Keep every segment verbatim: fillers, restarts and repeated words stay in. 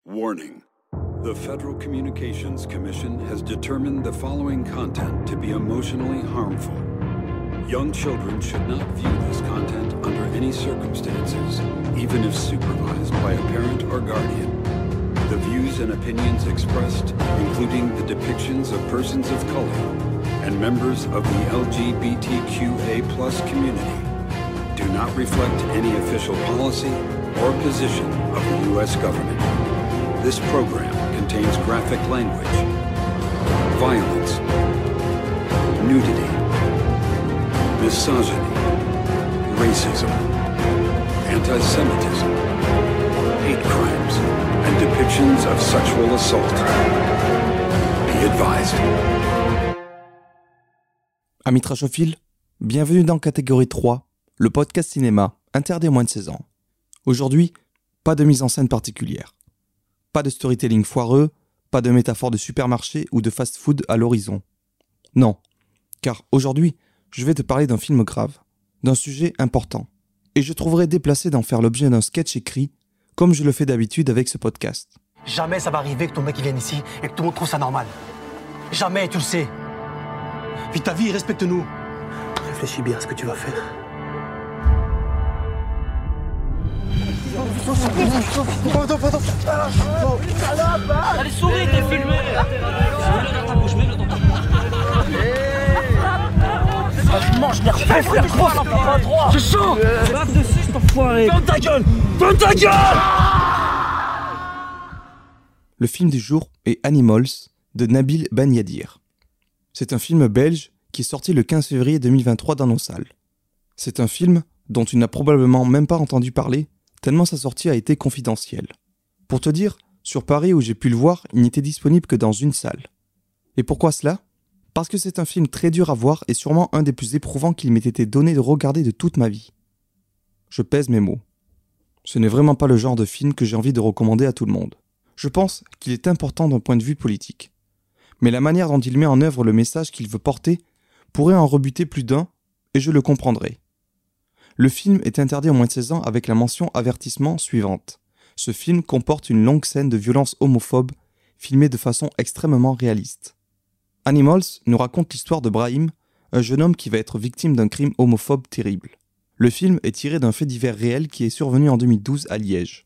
Warning. The Federal Communications Commission has determined the following content to be emotionally harmful. Young children should not view this content under any circumstances, even if supervised by a parent or guardian. The views and opinions expressed, including the depictions of persons of color and members of the L G B T Q A plus community, do not reflect any official policy or position of the U S government. This program contains graphic language, violence, nudity, misogyny, racism, anti-Semitism, hate crimes, and depictions of sexual assault. Be advised. Amis trashophiles, bienvenue dans Catégorie trois, le podcast cinéma interdit aux moins de seize ans. Aujourd'hui, pas de mise en scène particulière. Pas de storytelling foireux, pas de métaphore de supermarché ou de fast-food à l'horizon. Non, car aujourd'hui, je vais te parler d'un film grave, d'un sujet important, et je trouverais déplacé d'en faire l'objet d'un sketch écrit, comme je le fais d'habitude avec ce podcast. Jamais ça va arriver que ton mec il vienne ici et que tout le monde trouve ça normal. Jamais, tu le sais. Puis ta vie, respecte-nous. Réfléchis bien à ce que tu vas faire. Pardon, pardon. Allez, souris, t'es filmé. Mets-le dans ta bouche, mets-le dans ta bouche. Franchement, je n'ai rien fait, frère. Pas droit. C'est chaud. Bave dessus, cet enfoiré. Ferme ta gueule. Ferme ta gueule. Le film du jour est Animals de Nabil Ben Yadir. C'est un film belge qui est sorti le quinze février deux mille vingt-trois dans nos salles. C'est un film dont tu n'as probablement même pas entendu parler, tellement sa sortie a été confidentielle. Pour te dire, sur Paris où j'ai pu le voir, il n'était disponible que dans une salle. Et pourquoi cela ? Parce que c'est un film très dur à voir et sûrement un des plus éprouvants qu'il m'ait été donné de regarder de toute ma vie. Je pèse mes mots. Ce n'est vraiment pas le genre de film que j'ai envie de recommander à tout le monde. Je pense qu'il est important d'un point de vue politique. Mais la manière dont il met en œuvre le message qu'il veut porter pourrait en rebuter plus d'un, et je le comprendrai. Le film est interdit aux moins de seize ans avec la mention avertissement suivante. Ce film comporte une longue scène de violence homophobe, filmée de façon extrêmement réaliste. Animals nous raconte l'histoire de Brahim, un jeune homme qui va être victime d'un crime homophobe terrible. Le film est tiré d'un fait divers réel qui est survenu en deux mille douze à Liège.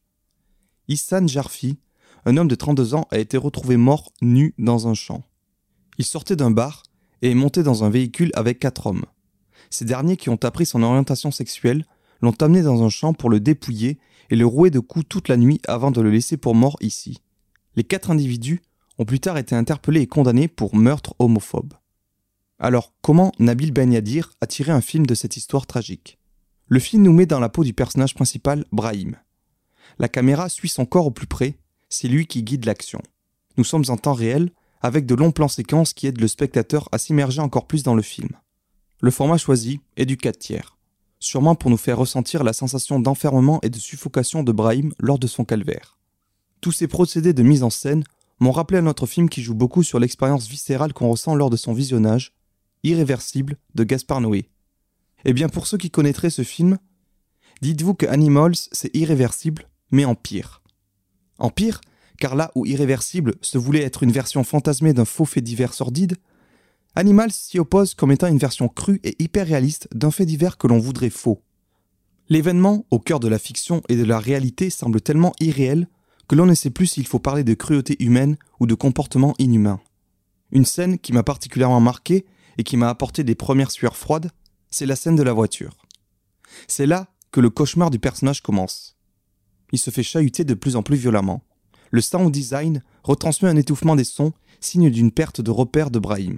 Ihsan Jarfi, un homme de trente-deux ans, a été retrouvé mort nu dans un champ. Il sortait d'un bar et est monté dans un véhicule avec quatre hommes. Ces derniers, qui ont appris son orientation sexuelle, l'ont amené dans un champ pour le dépouiller et le rouer de coups toute la nuit avant de le laisser pour mort ici. Les quatre individus ont plus tard été interpellés et condamnés pour meurtre homophobe. Alors, comment Nabil Ben Yadir a tiré un film de cette histoire tragique ? Le film nous met dans la peau du personnage principal, Brahim. La caméra suit son corps au plus près, c'est lui qui guide l'action. Nous sommes en temps réel, avec de longs plans séquences qui aident le spectateur à s'immerger encore plus dans le film. Le format choisi est du quatre tiers, sûrement pour nous faire ressentir la sensation d'enfermement et de suffocation de Brahim lors de son calvaire. Tous ces procédés de mise en scène m'ont rappelé un autre film qui joue beaucoup sur l'expérience viscérale qu'on ressent lors de son visionnage, Irréversible de Gaspard Noé. Et bien pour ceux qui connaîtraient ce film, dites-vous que Animals c'est Irréversible, mais en pire. En pire, car là où Irréversible se voulait être une version fantasmée d'un faux fait divers sordide, Animals s'y oppose comme étant une version crue et hyper réaliste d'un fait divers que l'on voudrait faux. L'événement, au cœur de la fiction et de la réalité, semble tellement irréel que l'on ne sait plus s'il faut parler de cruauté humaine ou de comportement inhumain. Une scène qui m'a particulièrement marqué et qui m'a apporté des premières sueurs froides, c'est la scène de la voiture. C'est là que le cauchemar du personnage commence. Il se fait chahuter de plus en plus violemment. Le sound design retransmet un étouffement des sons, signe d'une perte de repère de Brahim.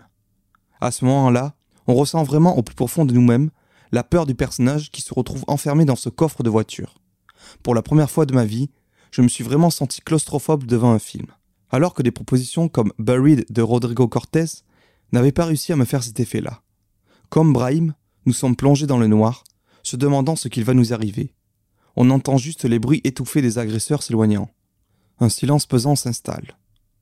À ce moment-là, on ressent vraiment au plus profond de nous-mêmes la peur du personnage qui se retrouve enfermé dans ce coffre de voiture. Pour la première fois de ma vie, je me suis vraiment senti claustrophobe devant un film. Alors que des propositions comme Buried de Rodrigo Cortés n'avaient pas réussi à me faire cet effet-là. Comme Brahim, nous sommes plongés dans le noir, se demandant ce qu'il va nous arriver. On entend juste les bruits étouffés des agresseurs s'éloignant. Un silence pesant s'installe.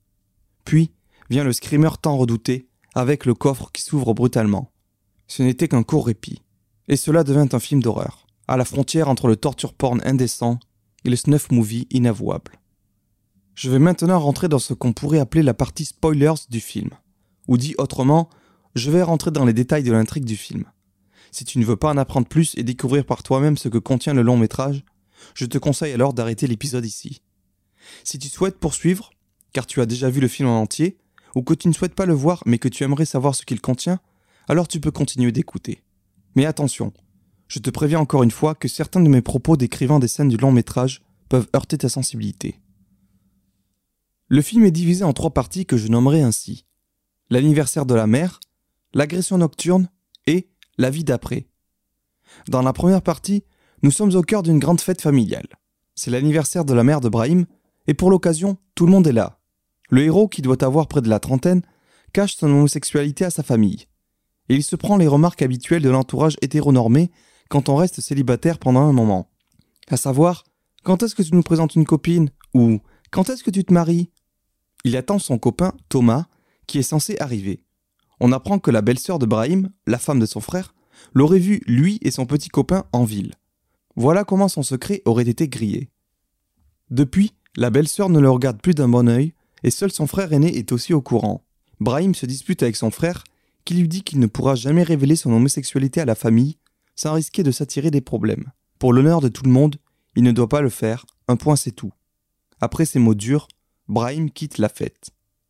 Puis vient le screamer tant redouté, avec le coffre qui s'ouvre brutalement. Ce n'était qu'un court répit. Et cela devint un film d'horreur, à la frontière entre le torture porn indécent et le snuff movie inavouable. Je vais maintenant rentrer dans ce qu'on pourrait appeler la partie spoilers du film. Ou dit autrement, je vais rentrer dans les détails de l'intrigue du film. Si tu ne veux pas en apprendre plus et découvrir par toi-même ce que contient le long métrage, je te conseille alors d'arrêter l'épisode ici. Si tu souhaites poursuivre, car tu as déjà vu le film en entier, ou que tu ne souhaites pas le voir mais que tu aimerais savoir ce qu'il contient, alors tu peux continuer d'écouter. Mais attention, je te préviens encore une fois que certains de mes propos décrivant des scènes du long métrage peuvent heurter ta sensibilité. Le film est divisé en trois parties que je nommerai ainsi: l'anniversaire de la mère, l'agression nocturne et la vie d'après. Dans la première partie, nous sommes au cœur d'une grande fête familiale. C'est l'anniversaire de la mère de Brahim, et pour l'occasion, tout le monde est là. Le héros, qui doit avoir près de la trentaine, cache son homosexualité à sa famille. Et il se prend les remarques habituelles de l'entourage hétéronormé quand on reste célibataire pendant un moment. À savoir, quand est-ce que tu nous présentes une copine ? Ou quand est-ce que tu te maries ? Il attend son copain, Thomas, qui est censé arriver. On apprend que la belle-sœur de Brahim, la femme de son frère, l'aurait vu lui et son petit copain en ville. Voilà comment son secret aurait été grillé. Depuis, la belle-sœur ne le regarde plus d'un bon œil, et seul son frère aîné est aussi au courant. Brahim se dispute avec son frère, qui lui dit qu'il ne pourra jamais révéler son homosexualité à la famille, sans risquer de s'attirer des problèmes. Pour l'honneur de tout le monde, il ne doit pas le faire, un point c'est tout. Après ces mots durs, Brahim quitte la fête.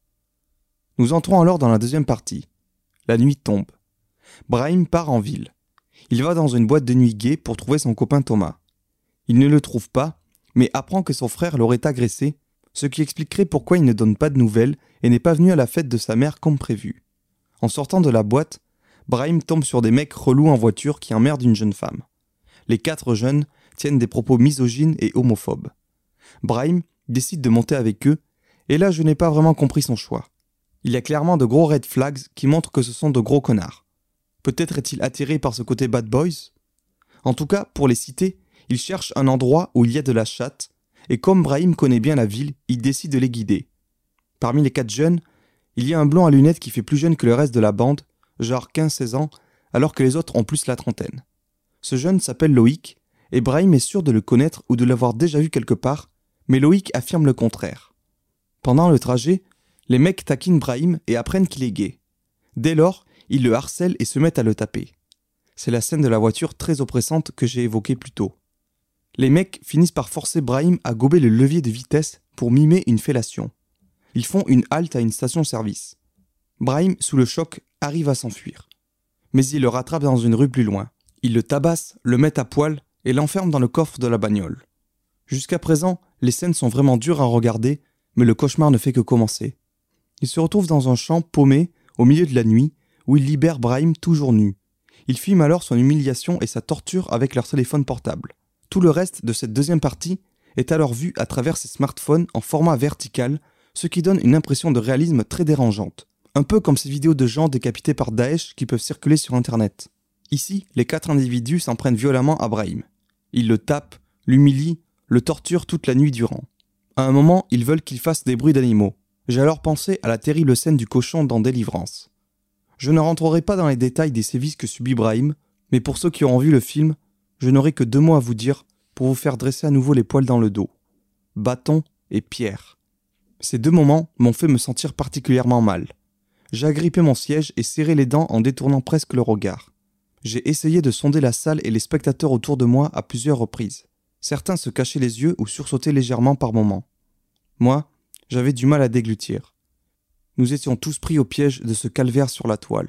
Nous entrons alors dans la deuxième partie. La nuit tombe. Brahim part en ville. Il va dans une boîte de nuit gay pour trouver son copain Thomas. Il ne le trouve pas, mais apprend que son frère l'aurait agressé, ce qui expliquerait pourquoi il ne donne pas de nouvelles et n'est pas venu à la fête de sa mère comme prévu. En sortant de la boîte, Brahim tombe sur des mecs relous en voiture qui emmerdent une jeune femme. Les quatre jeunes tiennent des propos misogynes et homophobes. Brahim décide de monter avec eux, et là je n'ai pas vraiment compris son choix. Il y a clairement de gros red flags qui montrent que ce sont de gros connards. Peut-être est-il attiré par ce côté bad boys ? En tout cas, pour les citer, il cherche un endroit où il y a de la chatte, et comme Brahim connaît bien la ville, il décide de les guider. Parmi les quatre jeunes, il y a un blond à lunettes qui fait plus jeune que le reste de la bande, genre quinze seize ans, alors que les autres ont plus la trentaine. Ce jeune s'appelle Loïc, et Brahim est sûr de le connaître ou de l'avoir déjà vu quelque part, mais Loïc affirme le contraire. Pendant le trajet, les mecs taquinent Brahim et apprennent qu'il est gay. Dès lors, ils le harcèlent et se mettent à le taper. C'est la scène de la voiture très oppressante que j'ai évoquée plus tôt. Les mecs finissent par forcer Brahim à gober le levier de vitesse pour mimer une fellation. Ils font une halte à une station-service. Brahim, sous le choc, arrive à s'enfuir. Mais il le rattrape dans une rue plus loin. Ils le tabassent, le mettent à poil et l'enferment dans le coffre de la bagnole. Jusqu'à présent, les scènes sont vraiment dures à regarder, mais le cauchemar ne fait que commencer. Il se retrouve dans un champ paumé, au milieu de la nuit, où il libère Brahim toujours nu. Ils filment alors son humiliation et sa torture avec leur téléphone portable. Tout le reste de cette deuxième partie est alors vu à travers ses smartphones en format vertical, ce qui donne une impression de réalisme très dérangeante. Un peu comme ces vidéos de gens décapités par Daesh qui peuvent circuler sur internet. Ici, les quatre individus s'en prennent violemment à Brahim. Ils le tapent, l'humilient, le torturent toute la nuit durant. À un moment, ils veulent qu'il fasse des bruits d'animaux. J'ai alors pensé à la terrible scène du cochon dans Délivrance. Je ne rentrerai pas dans les détails des sévices que subit Brahim, mais pour ceux qui auront vu le film, je n'aurai que deux mots à vous dire pour vous faire dresser à nouveau les poils dans le dos. Bâton et pierre. Ces deux moments m'ont fait me sentir particulièrement mal. J'ai agrippé mon siège et serré les dents en détournant presque le regard. J'ai essayé de sonder la salle et les spectateurs autour de moi à plusieurs reprises. Certains se cachaient les yeux ou sursautaient légèrement par moments. Moi, j'avais du mal à déglutir. Nous étions tous pris au piège de ce calvaire sur la toile.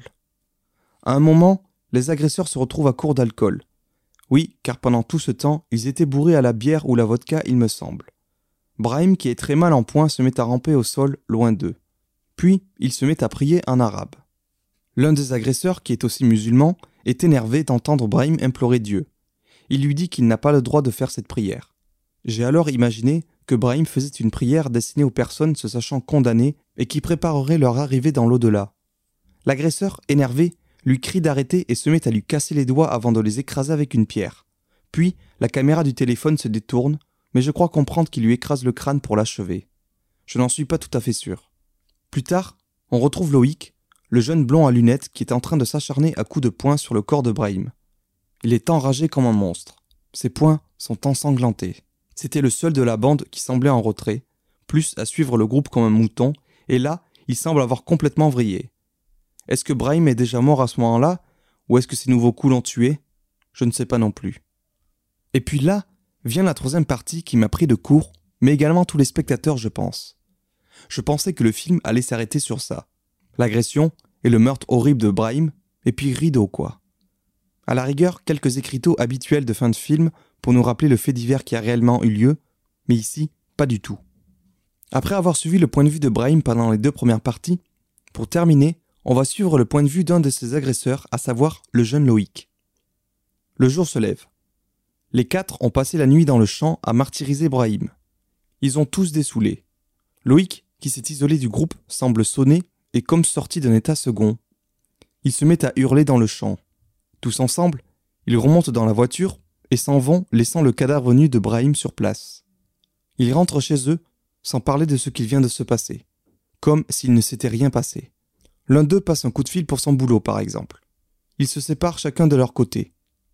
À un moment, les agresseurs se retrouvent à court d'alcool. Oui, car pendant tout ce temps, ils étaient bourrés à la bière ou la vodka, il me semble. Brahim, qui est très mal en point, se met à ramper au sol, loin d'eux. Puis, il se met à prier en arabe. L'un des agresseurs, qui est aussi musulman, est énervé d'entendre Brahim implorer Dieu. Il lui dit qu'il n'a pas le droit de faire cette prière. J'ai alors imaginé que Brahim faisait une prière destinée aux personnes se sachant condamnées et qui préparerait leur arrivée dans l'au-delà. L'agresseur, énervé, lui crie d'arrêter et se met à lui casser les doigts avant de les écraser avec une pierre. Puis, la caméra du téléphone se détourne, mais je crois comprendre qu'il lui écrase le crâne pour l'achever. Je n'en suis pas tout à fait sûr. Plus tard, on retrouve Loïc, le jeune blond à lunettes qui est en train de s'acharner à coups de poing sur le corps de Brahim. Il est enragé comme un monstre. Ses poings sont ensanglantés. C'était le seul de la bande qui semblait en retrait, plus à suivre le groupe comme un mouton, et là, il semble avoir complètement vrillé. Est-ce que Brahim est déjà mort à ce moment-là, ou est-ce que ses nouveaux coups l'ont tué? Je ne sais pas non plus. Et puis là, vient la troisième partie qui m'a pris de court, mais également tous les spectateurs, je pense. Je pensais que le film allait s'arrêter sur ça. L'agression et le meurtre horrible de Brahim, et puis rideau quoi. À la rigueur, quelques écriteaux habituels de fin de film pour nous rappeler le fait divers qui a réellement eu lieu, mais ici, pas du tout. Après avoir suivi le point de vue de Brahim pendant les deux premières parties, pour terminer, on va suivre le point de vue d'un de ses agresseurs, à savoir le jeune Loïc. Le jour se lève. Les quatre ont passé la nuit dans le champ à martyriser Brahim. Ils ont tous dessoulé. Loïc, qui s'est isolé du groupe, semble sonner et comme sorti d'un état second. Il se met à hurler dans le champ. Tous ensemble, ils remontent dans la voiture et s'en vont, laissant le cadavre nu de Brahim sur place. Ils rentrent chez eux, sans parler de ce qu'il vient de se passer, comme s'il ne s'était rien passé. L'un d'eux passe un coup de fil pour son boulot, par exemple. Ils se séparent chacun de leur côté.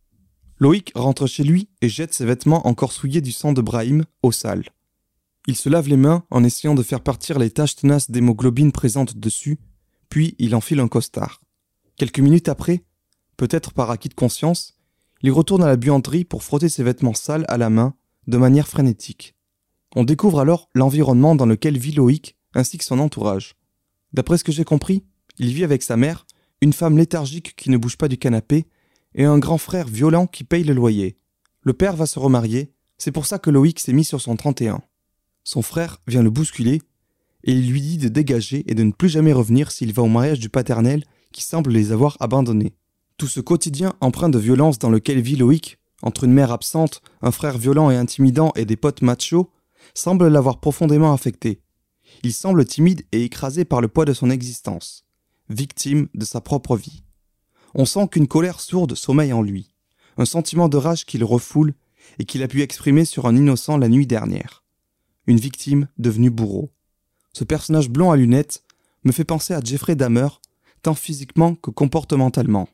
Loïc rentre chez lui et jette ses vêtements encore souillés du sang de Brahim au sale. Il se lave les mains en essayant de faire partir les taches tenaces d'hémoglobine présentes dessus, puis il enfile un costard. Quelques minutes après, peut-être par acquis de conscience, il retourne à la buanderie pour frotter ses vêtements sales à la main, de manière frénétique. On découvre alors l'environnement dans lequel vit Loïc ainsi que son entourage. D'après ce que j'ai compris, il vit avec sa mère, une femme léthargique qui ne bouge pas du canapé et un grand frère violent qui paye le loyer. Le père va se remarier, c'est pour ça que Loïc s'est mis sur son trente et un. Son frère vient le bousculer et il lui dit de dégager et de ne plus jamais revenir s'il va au mariage du paternel qui semble les avoir abandonnés. Tout ce quotidien empreint de violence dans lequel vit Loïc, entre une mère absente, un frère violent et intimidant et des potes machos, semble l'avoir profondément affecté. Il semble timide et écrasé par le poids de son existence, victime de sa propre vie. On sent qu'une colère sourde sommeille en lui, un sentiment de rage qu'il refoule et qu'il a pu exprimer sur un innocent la nuit dernière. Une victime devenue bourreau. Ce personnage blond à lunettes me fait penser à Jeffrey Dahmer, tant physiquement que comportementalement.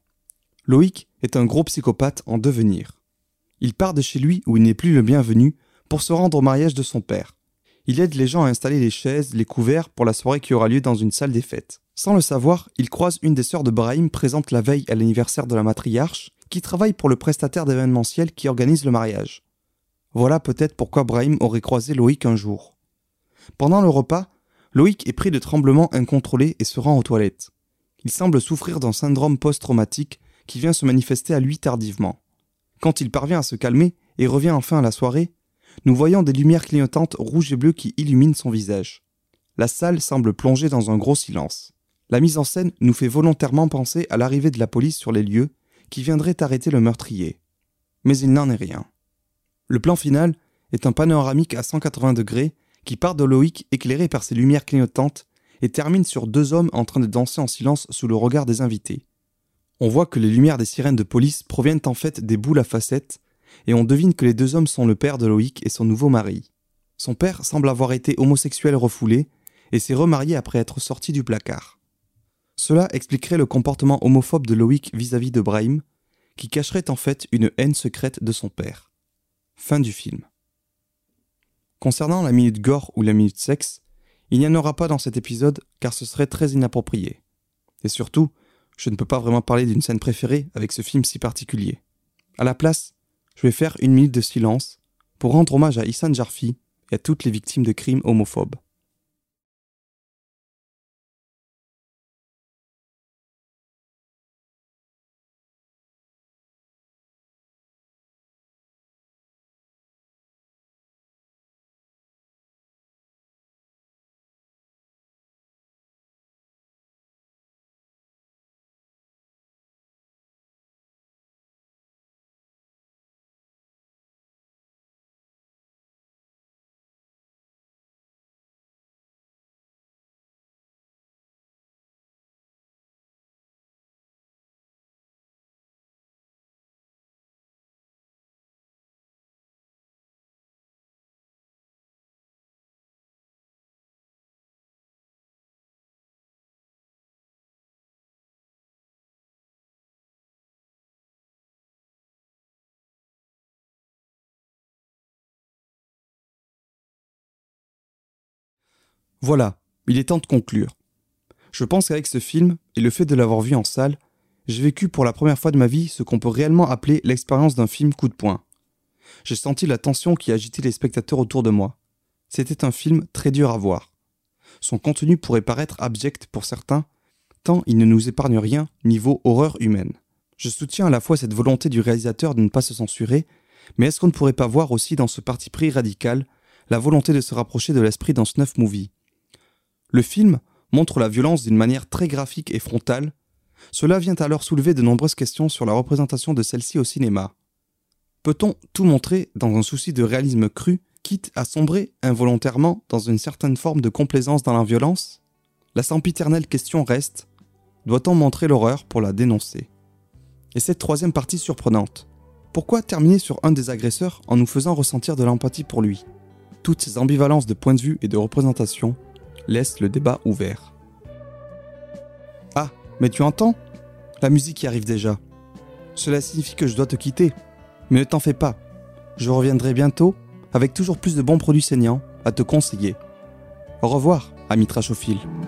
Loïc est un gros psychopathe en devenir. Il part de chez lui où il n'est plus le bienvenu pour se rendre au mariage de son père. Il aide les gens à installer les chaises, les couverts pour la soirée qui aura lieu dans une salle des fêtes. Sans le savoir, il croise une des sœurs de Brahim présente la veille à l'anniversaire de la matriarche, qui travaille pour le prestataire d'événementiel qui organise le mariage. Voilà peut-être pourquoi Brahim aurait croisé Loïc un jour. Pendant le repas, Loïc est pris de tremblements incontrôlés et se rend aux toilettes. Il semble souffrir d'un syndrome post-traumatique qui vient se manifester à lui tardivement. Quand il parvient à se calmer et revient enfin à la soirée, nous voyons des lumières clignotantes rouges et bleues qui illuminent son visage. La salle semble plongée dans un gros silence. La mise en scène nous fait volontairement penser à l'arrivée de la police sur les lieux qui viendrait arrêter le meurtrier. Mais il n'en est rien. Le plan final est un panoramique à cent quatre-vingts degrés qui part de Loïc éclairé par ses lumières clignotantes et termine sur deux hommes en train de danser en silence sous le regard des invités. On voit que les lumières des sirènes de police proviennent en fait des boules à facettes et on devine que les deux hommes sont le père de Loïc et son nouveau mari. Son père semble avoir été homosexuel refoulé et s'est remarié après être sorti du placard. Cela expliquerait le comportement homophobe de Loïc vis-à-vis de Brahim, qui cacherait en fait une haine secrète de son père. Fin du film. Concernant la minute gore ou la minute sexe, il n'y en aura pas dans cet épisode car ce serait très inapproprié. Et surtout, je ne peux pas vraiment parler d'une scène préférée avec ce film si particulier. À la place, je vais faire une minute de silence pour rendre hommage à Ihsane Jarfi et à toutes les victimes de crimes homophobes. Voilà, il est temps de conclure. Je pense qu'avec ce film, et le fait de l'avoir vu en salle, j'ai vécu pour la première fois de ma vie ce qu'on peut réellement appeler l'expérience d'un film coup de poing. J'ai senti la tension qui agitait les spectateurs autour de moi. C'était un film très dur à voir. Son contenu pourrait paraître abject pour certains, tant il ne nous épargne rien niveau horreur humaine. Je soutiens à la fois cette volonté du réalisateur de ne pas se censurer, mais est-ce qu'on ne pourrait pas voir aussi dans ce parti pris radical la volonté de se rapprocher de l'esprit d'un snuff movie ? Le film montre la violence d'une manière très graphique et frontale. Cela vient alors soulever de nombreuses questions sur la représentation de celle-ci au cinéma. Peut-on tout montrer dans un souci de réalisme cru, quitte à sombrer involontairement dans une certaine forme de complaisance dans la violence ? La sempiternelle question reste, doit-on montrer l'horreur pour la dénoncer ? Et cette troisième partie surprenante, pourquoi terminer sur un des agresseurs en nous faisant ressentir de l'empathie pour lui ? Toutes ces ambivalences de point de vue et de représentation laissent le débat ouvert. Ah, mais tu entends ? La musique y arrive déjà. Cela signifie que je dois te quitter. Mais ne t'en fais pas. Je reviendrai bientôt avec toujours plus de bons produits saignants à te conseiller. Au revoir, ami trashophiles.